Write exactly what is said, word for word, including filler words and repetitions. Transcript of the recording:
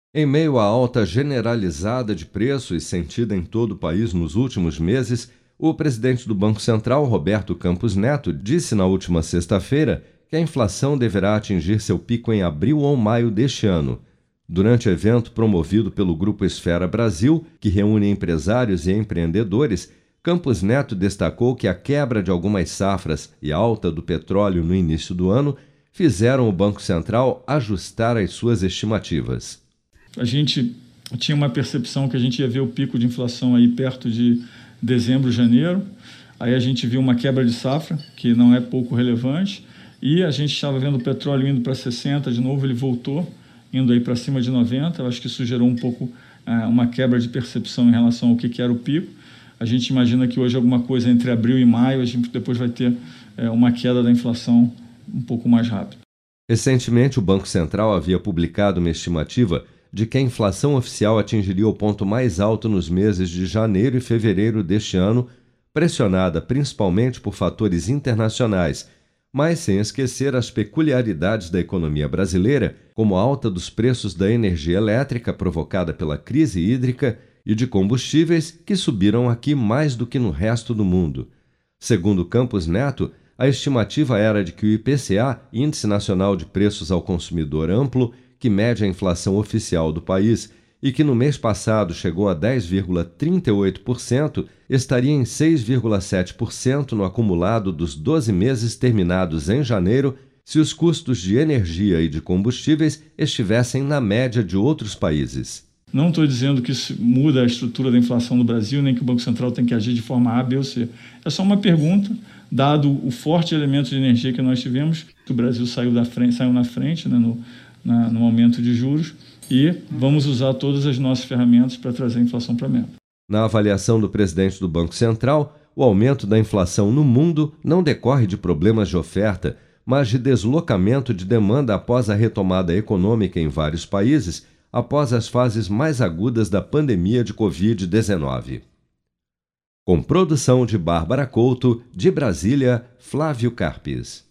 Em meio à alta generalizada de preços sentida em todo o país nos últimos meses, o presidente do Banco Central, Roberto Campos Neto, disse na última sexta-feira que a inflação deverá atingir seu pico em abril ou maio deste ano. Durante o evento promovido pelo Grupo Esfera Brasil, que reúne empresários e empreendedores, Campos Neto destacou que a quebra de algumas safras e a alta do petróleo no início do ano fizeram o Banco Central ajustar as suas estimativas. A gente tinha uma percepção que a gente ia ver o pico de inflação aí perto de dezembro, janeiro. Aí a gente viu uma quebra de safra, que não é pouco relevante, e a gente estava vendo o petróleo indo para sessenta, de novo ele voltou, indo aí para cima de noventa. Eu acho que isso gerou um pouco uh, uma quebra de percepção em relação ao que, que era o pico. A gente imagina que hoje alguma coisa entre abril e maio, a gente depois vai ter uh, uma queda da inflação um pouco mais rápida. Recentemente, o Banco Central havia publicado uma estimativa de que a inflação oficial atingiria o ponto mais alto nos meses de janeiro e fevereiro deste ano, pressionada principalmente por fatores internacionais, mas sem esquecer as peculiaridades da economia brasileira, como a alta dos preços da energia elétrica provocada pela crise hídrica e de combustíveis que subiram aqui mais do que no resto do mundo. Segundo Campos Neto, a estimativa era de que o I P C A, Índice Nacional de Preços ao Consumidor Amplo, que mede a inflação oficial do país e que no mês passado chegou a dez vírgula trinta e oito por cento, estaria em seis vírgula sete por cento no acumulado dos doze meses terminados em janeiro, se os custos de energia e de combustíveis estivessem na média de outros países. Não estou dizendo que isso muda a estrutura da inflação no Brasil, nem que o Banco Central tem que agir de forma A, B ou C. É só uma pergunta, dado o forte elemento de energia que nós tivemos, que o Brasil saiu, da frente, saiu na frente, né, no, na, no aumento de juros, e vamos usar todas as nossas ferramentas para trazer a inflação para a meta. Na avaliação do presidente do Banco Central, o aumento da inflação no mundo não decorre de problemas de oferta, mas de deslocamento de demanda após a retomada econômica em vários países, após as fases mais agudas da pandemia de covid dezenove. Com produção de Bárbara Couto, de Brasília, Flávio Carpes.